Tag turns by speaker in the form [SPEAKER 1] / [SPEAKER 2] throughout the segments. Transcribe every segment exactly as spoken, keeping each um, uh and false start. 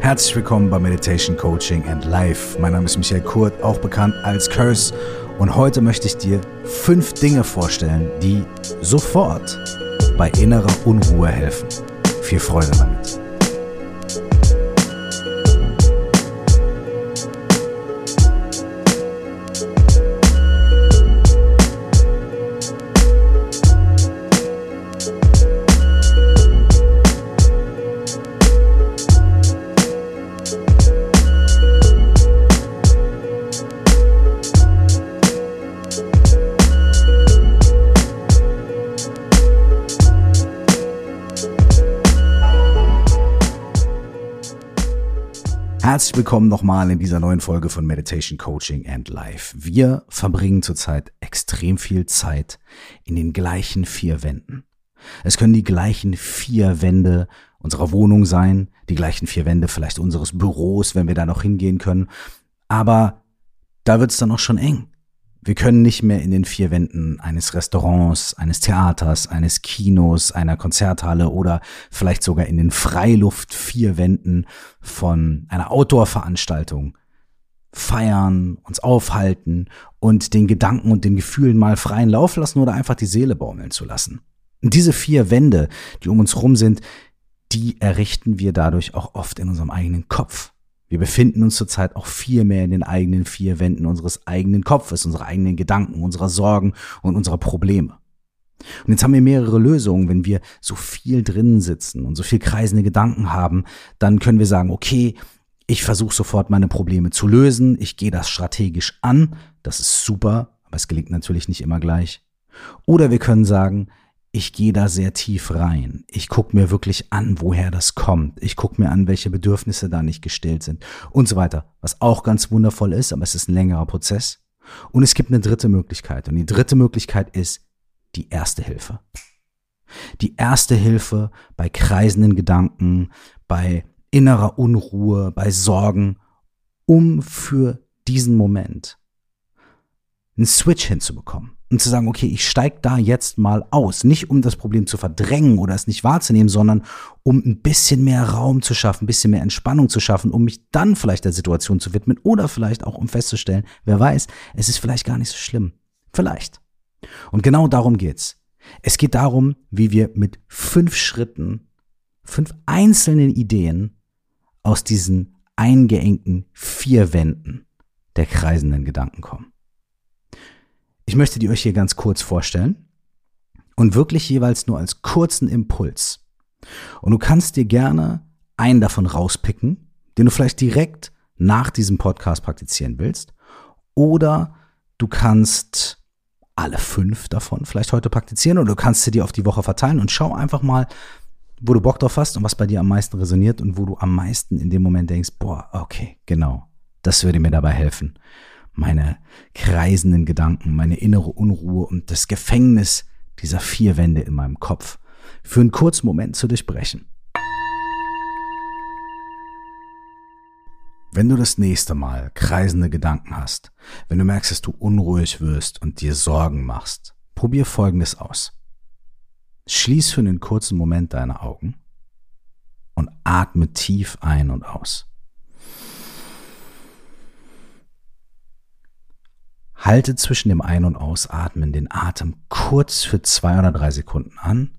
[SPEAKER 1] Herzlich willkommen bei Meditation Coaching and Life. Mein Name ist Michael Kurt, auch bekannt als Curse. Und heute möchte ich dir fünf Dinge vorstellen, die sofort bei innerer Unruhe helfen. Viel Freude damit. Herzlich willkommen nochmal in dieser neuen Folge von Meditation Coaching and Life. Wir verbringen zurzeit extrem viel Zeit in den gleichen vier Wänden. Es können die gleichen vier Wände unserer Wohnung sein, die gleichen vier Wände vielleicht unseres Büros, wenn wir da noch hingehen können. Aber da wird es dann auch schon eng. Wir können nicht mehr in den vier Wänden eines Restaurants, eines Theaters, eines Kinos, einer Konzerthalle oder vielleicht sogar in den Freiluft vier Wänden von einer Outdoor-Veranstaltung feiern, uns aufhalten und den Gedanken und den Gefühlen mal freien Lauf lassen oder einfach die Seele baumeln zu lassen. Und diese vier Wände, die um uns rum sind, die errichten wir dadurch auch oft in unserem eigenen Kopf. Wir befinden uns zurzeit auch viel mehr in den eigenen vier Wänden unseres eigenen Kopfes, unserer eigenen Gedanken, unserer Sorgen und unserer Probleme. Und jetzt haben wir mehrere Lösungen. Wenn wir so viel drinnen sitzen und so viel kreisende Gedanken haben, dann können wir sagen, okay, ich versuche sofort meine Probleme zu lösen, ich gehe das strategisch an, das ist super, aber es gelingt natürlich nicht immer gleich. Oder wir können sagen, ich gehe da sehr tief rein. Ich gucke mir wirklich an, woher das kommt. Ich gucke mir an, welche Bedürfnisse da nicht gestillt sind und so weiter. Was auch ganz wundervoll ist, aber es ist ein längerer Prozess. Und es gibt eine dritte Möglichkeit. Und die dritte Möglichkeit ist die erste Hilfe. Die erste Hilfe bei kreisenden Gedanken, bei innerer Unruhe, bei Sorgen, um für diesen Moment einen Switch hinzubekommen. Und zu sagen, okay, ich steige da jetzt mal aus. Nicht um das Problem zu verdrängen oder es nicht wahrzunehmen, sondern um ein bisschen mehr Raum zu schaffen, ein bisschen mehr Entspannung zu schaffen, um mich dann vielleicht der Situation zu widmen oder vielleicht auch um festzustellen, wer weiß, es ist vielleicht gar nicht so schlimm. Vielleicht. Und genau darum geht's. Es geht darum, wie wir mit fünf Schritten, fünf einzelnen Ideen aus diesen eingeengten vier Wänden der kreisenden Gedanken kommen. Ich möchte die euch hier ganz kurz vorstellen und wirklich jeweils nur als kurzen Impuls. Und du kannst dir gerne einen davon rauspicken, den du vielleicht direkt nach diesem Podcast praktizieren willst. Oder du kannst alle fünf davon vielleicht heute praktizieren oder du kannst sie dir auf die Woche verteilen und schau einfach mal, wo du Bock drauf hast und was bei dir am meisten resoniert und wo du am meisten in dem Moment denkst, boah, okay, genau, das würde mir dabei helfen. Meine kreisenden Gedanken, meine innere Unruhe und das Gefängnis dieser vier Wände in meinem Kopf für einen kurzen Moment zu durchbrechen. Wenn du das nächste Mal kreisende Gedanken hast, wenn du merkst, dass du unruhig wirst und dir Sorgen machst, probier Folgendes aus. Schließ für einen kurzen Moment deine Augen und atme tief ein und aus. Halte zwischen dem Ein- und Ausatmen den Atem kurz für zwei oder drei Sekunden an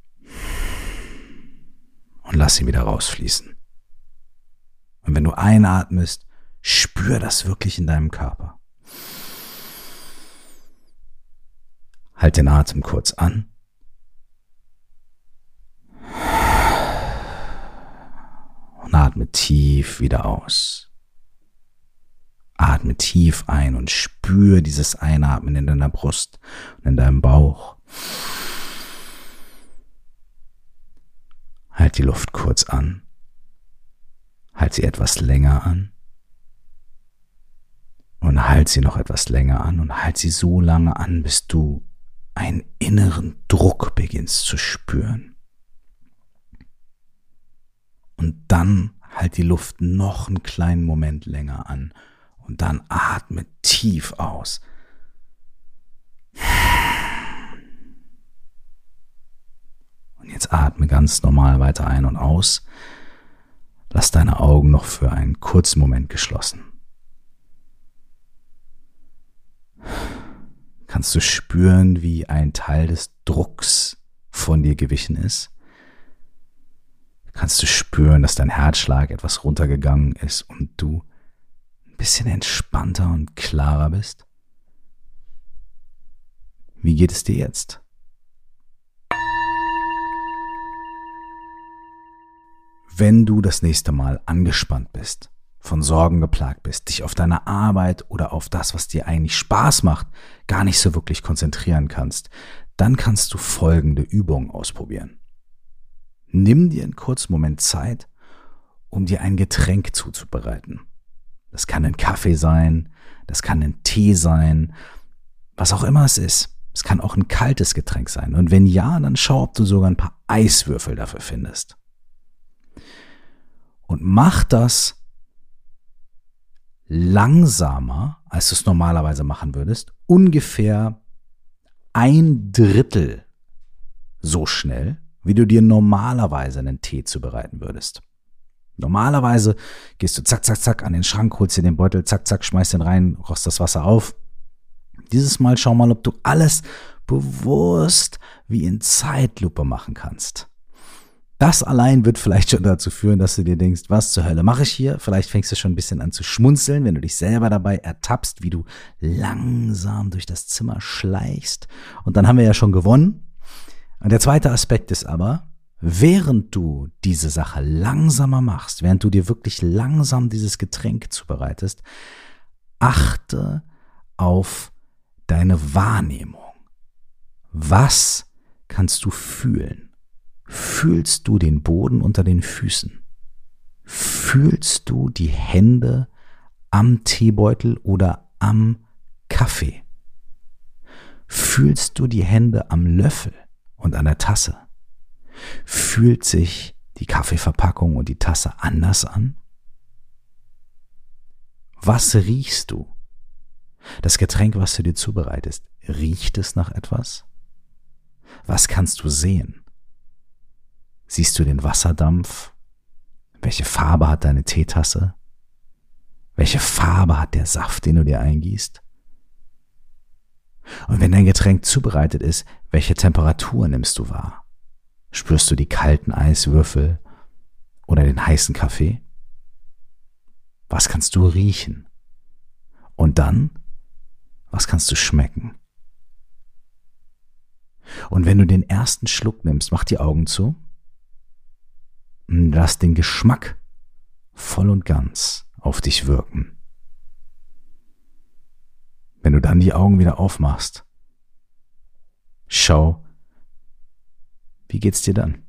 [SPEAKER 1] und lass ihn wieder rausfließen. Und wenn du einatmest, spür das wirklich in deinem Körper. Halt den Atem kurz an und atme tief wieder aus. Atme tief ein und spür dieses Einatmen in deiner Brust und in deinem Bauch. Halt die Luft kurz an. Halt sie etwas länger an. Und halt sie noch etwas länger an und halt sie so lange an, bis du einen inneren Druck beginnst zu spüren. Und dann halt die Luft noch einen kleinen Moment länger an. Und dann atme tief aus. Und jetzt atme ganz normal weiter ein und aus. Lass deine Augen noch für einen kurzen Moment geschlossen. Kannst du spüren, wie ein Teil des Drucks von dir gewichen ist? Kannst du spüren, dass dein Herzschlag etwas runtergegangen ist und du ein bisschen entspannter und klarer bist? Wie geht es dir jetzt? Wenn du das nächste Mal angespannt bist, von Sorgen geplagt bist, dich auf deine Arbeit oder auf das, was dir eigentlich Spaß macht, gar nicht so wirklich konzentrieren kannst, dann kannst du folgende Übung ausprobieren. Nimm dir einen kurzen Moment Zeit, um dir ein Getränk zuzubereiten. Das kann ein Kaffee sein, das kann ein Tee sein, was auch immer es ist. Es kann auch ein kaltes Getränk sein. Und wenn ja, dann schau, ob du sogar ein paar Eiswürfel dafür findest. Und mach das langsamer, als du es normalerweise machen würdest. Ungefähr ein Drittel so schnell, wie du dir normalerweise einen Tee zubereiten würdest. Normalerweise gehst du zack, zack, zack an den Schrank, holst dir den Beutel, zack, zack, schmeißt den rein, rochst das Wasser auf. Dieses Mal schau mal, ob du alles bewusst wie in Zeitlupe machen kannst. Das allein wird vielleicht schon dazu führen, dass du dir denkst, was zur Hölle mache ich hier? Vielleicht fängst du schon ein bisschen an zu schmunzeln, wenn du dich selber dabei ertappst, wie du langsam durch das Zimmer schleichst. Und dann haben wir ja schon gewonnen. Und der zweite Aspekt ist aber, während du diese Sache langsamer machst, während du dir wirklich langsam dieses Getränk zubereitest, achte auf deine Wahrnehmung. Was kannst du fühlen? Fühlst du den Boden unter den Füßen? Fühlst du die Hände am Teebeutel oder am Kaffee? Fühlst du die Hände am Löffel und an der Tasse? Fühlt sich die Kaffeeverpackung und die Tasse anders an? Was riechst du? Das Getränk, was du dir zubereitest, riecht es nach etwas? Was kannst du sehen? Siehst du den Wasserdampf? Welche Farbe hat deine Teetasse? Welche Farbe hat der Saft, den du dir eingießt? Und wenn dein Getränk zubereitet ist, welche Temperatur nimmst du wahr? Spürst du die kalten Eiswürfel oder den heißen Kaffee? Was kannst du riechen? Und dann, was kannst du schmecken? Und wenn du den ersten Schluck nimmst, mach die Augen zu und lass den Geschmack voll und ganz auf dich wirken. Wenn du dann die Augen wieder aufmachst, schau, wie geht's dir dann?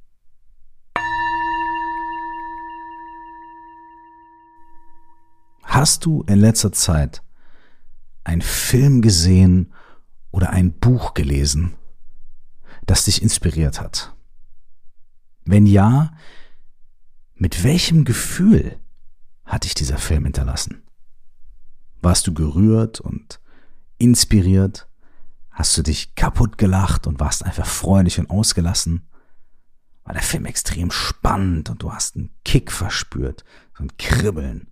[SPEAKER 1] Hast du in letzter Zeit einen Film gesehen oder ein Buch gelesen, das dich inspiriert hat? Wenn ja, mit welchem Gefühl hat dich dieser Film hinterlassen? Warst du gerührt und inspiriert? Hast du dich kaputt gelacht und warst einfach freudig und ausgelassen? War der Film extrem spannend und du hast einen Kick verspürt, so ein Kribbeln?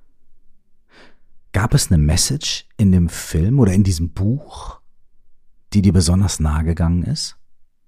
[SPEAKER 1] Gab es eine Message in dem Film oder in diesem Buch, die dir besonders nahe gegangen ist?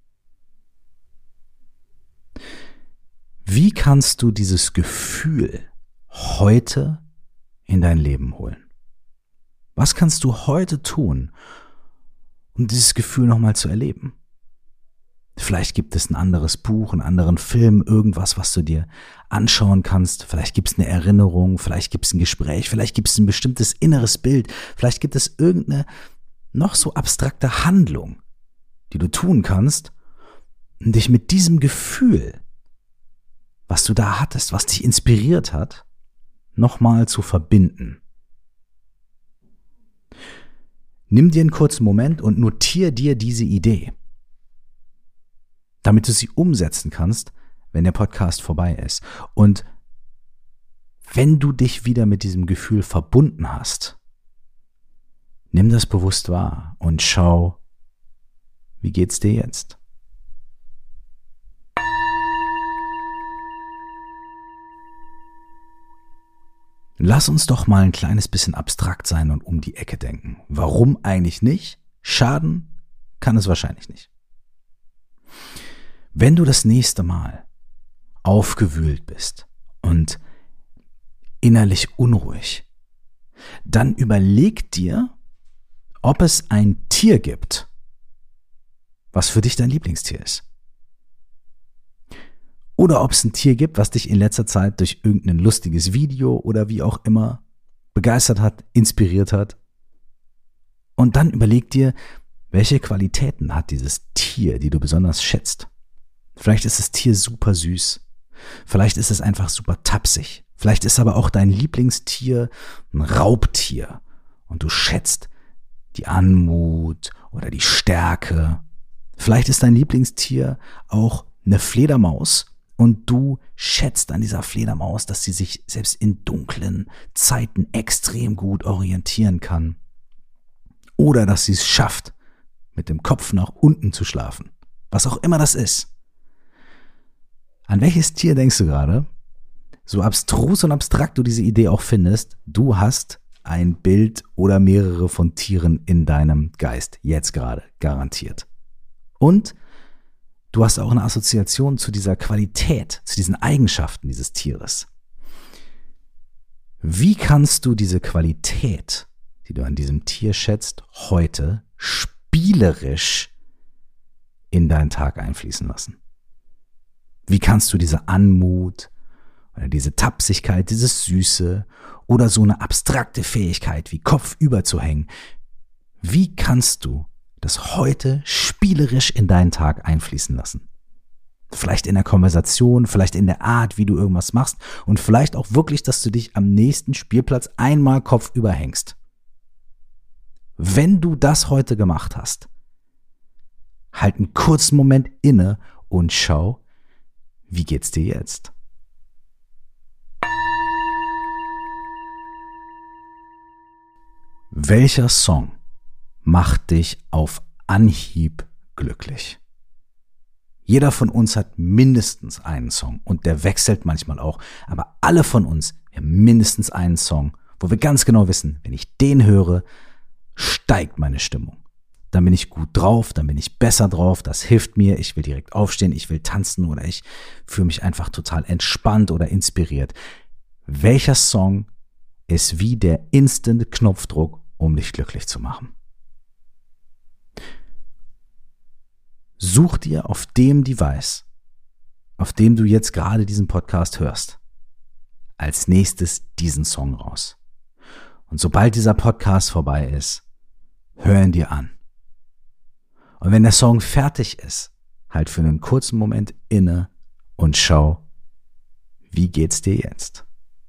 [SPEAKER 1] Wie kannst du dieses Gefühl heute in dein Leben holen? Was kannst du heute tun, um dieses Gefühl nochmal zu erleben? Vielleicht gibt es ein anderes Buch, einen anderen Film, irgendwas, was du dir anschauen kannst. Vielleicht gibt es eine Erinnerung, vielleicht gibt es ein Gespräch, vielleicht gibt es ein bestimmtes inneres Bild, vielleicht gibt es irgendeine noch so abstrakte Handlung, die du tun kannst, um dich mit diesem Gefühl, was du da hattest, was dich inspiriert hat, nochmal zu verbinden. Nimm dir einen kurzen Moment und notiere dir diese Idee, damit du sie umsetzen kannst, wenn der Podcast vorbei ist. Und wenn du dich wieder mit diesem Gefühl verbunden hast, nimm das bewusst wahr und schau, wie geht's dir jetzt? Lass uns doch mal ein kleines bisschen abstrakt sein und um die Ecke denken. Warum eigentlich nicht? Schaden kann es wahrscheinlich nicht. Wenn du das nächste Mal aufgewühlt bist und innerlich unruhig, dann überleg dir, ob es ein Tier gibt, was für dich dein Lieblingstier ist. Oder ob es ein Tier gibt, was dich in letzter Zeit durch irgendein lustiges Video oder wie auch immer begeistert hat, inspiriert hat. Und dann überleg dir, welche Qualitäten hat dieses Tier, die du besonders schätzt. Vielleicht ist das Tier super süß. Vielleicht ist es einfach super tapsig. Vielleicht ist aber auch dein Lieblingstier ein Raubtier. Und du schätzt die Anmut oder die Stärke. Vielleicht ist dein Lieblingstier auch eine Fledermaus. Und du schätzt an dieser Fledermaus, dass sie sich selbst in dunklen Zeiten extrem gut orientieren kann. Oder dass sie es schafft, mit dem Kopf nach unten zu schlafen. Was auch immer das ist. An welches Tier denkst du gerade? So abstrus und abstrakt du diese Idee auch findest, du hast ein Bild oder mehrere von Tieren in deinem Geist. Jetzt gerade, garantiert. Und du hast auch eine Assoziation zu dieser Qualität, zu diesen Eigenschaften dieses Tieres. Wie kannst du diese Qualität, die du an diesem Tier schätzt, heute spielerisch in deinen Tag einfließen lassen? Wie kannst du diese Anmut oder diese Tapsigkeit, dieses Süße oder so eine abstrakte Fähigkeit wie kopfüber zu hängen, wie kannst du das heute spielerisch in deinen Tag einfließen lassen? Vielleicht in der Konversation, vielleicht in der Art, wie du irgendwas machst und vielleicht auch wirklich, dass du dich am nächsten Spielplatz einmal kopfüber hängst. Wenn du das heute gemacht hast, halt einen kurzen Moment inne und schau, wie geht's dir jetzt? Welcher Song macht dich auf Anhieb glücklich? Jeder von uns hat mindestens einen Song und der wechselt manchmal auch, aber alle von uns haben mindestens einen Song, wo wir ganz genau wissen, wenn ich den höre, steigt meine Stimmung. Dann bin ich gut drauf, dann bin ich besser drauf, das hilft mir, ich will direkt aufstehen, ich will tanzen oder ich fühle mich einfach total entspannt oder inspiriert. Welcher Song ist wie der Instant-Knopfdruck, um dich glücklich zu machen? Such dir auf dem Device, auf dem du jetzt gerade diesen Podcast hörst, als nächstes diesen Song raus. Und sobald dieser Podcast vorbei ist, hör ihn dir an. Und wenn der Song fertig ist, halt für einen kurzen Moment inne und schau, wie geht's dir jetzt?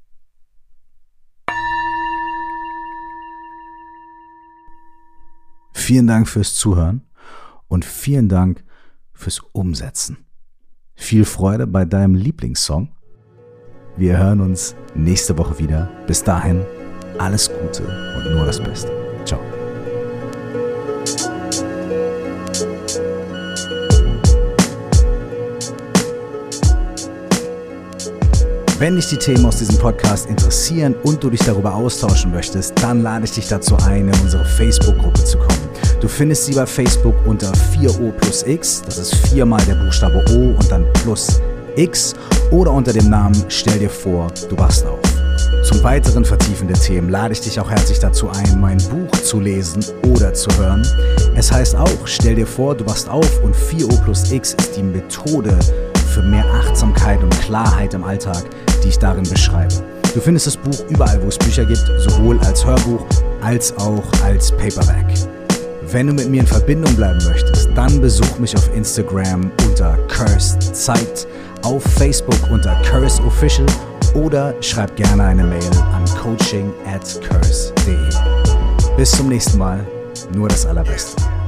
[SPEAKER 1] Vielen Dank fürs Zuhören und vielen Dank fürs Umsetzen. Viel Freude bei deinem Lieblingssong. Wir hören uns nächste Woche wieder. Bis dahin, alles Gute und nur das Beste. Ciao. Wenn dich die Themen aus diesem Podcast interessieren und du dich darüber austauschen möchtest, dann lade ich dich dazu ein, in unsere Facebook-Gruppe zu kommen. Du findest sie bei Facebook unter vier O plus X, das ist viermal der Buchstabe O und dann plus X, oder unter dem Namen Stell dir vor, du wachst auf. Zum weiteren Vertiefen der Themen lade ich dich auch herzlich dazu ein, mein Buch zu lesen oder zu hören. Es heißt auch Stell dir vor, du wachst auf und vier O plus X ist die Methode für mehr Achtsamkeit und Klarheit im Alltag, die ich darin beschreibe. Du findest das Buch überall, wo es Bücher gibt, sowohl als Hörbuch als auch als Paperback. Wenn du mit mir in Verbindung bleiben möchtest, dann besuch mich auf Instagram unter Cursed Zeit, auf Facebook unter Curse Official oder schreib gerne eine Mail an coaching at curse punkt de. Bis zum nächsten Mal, nur das Allerbeste.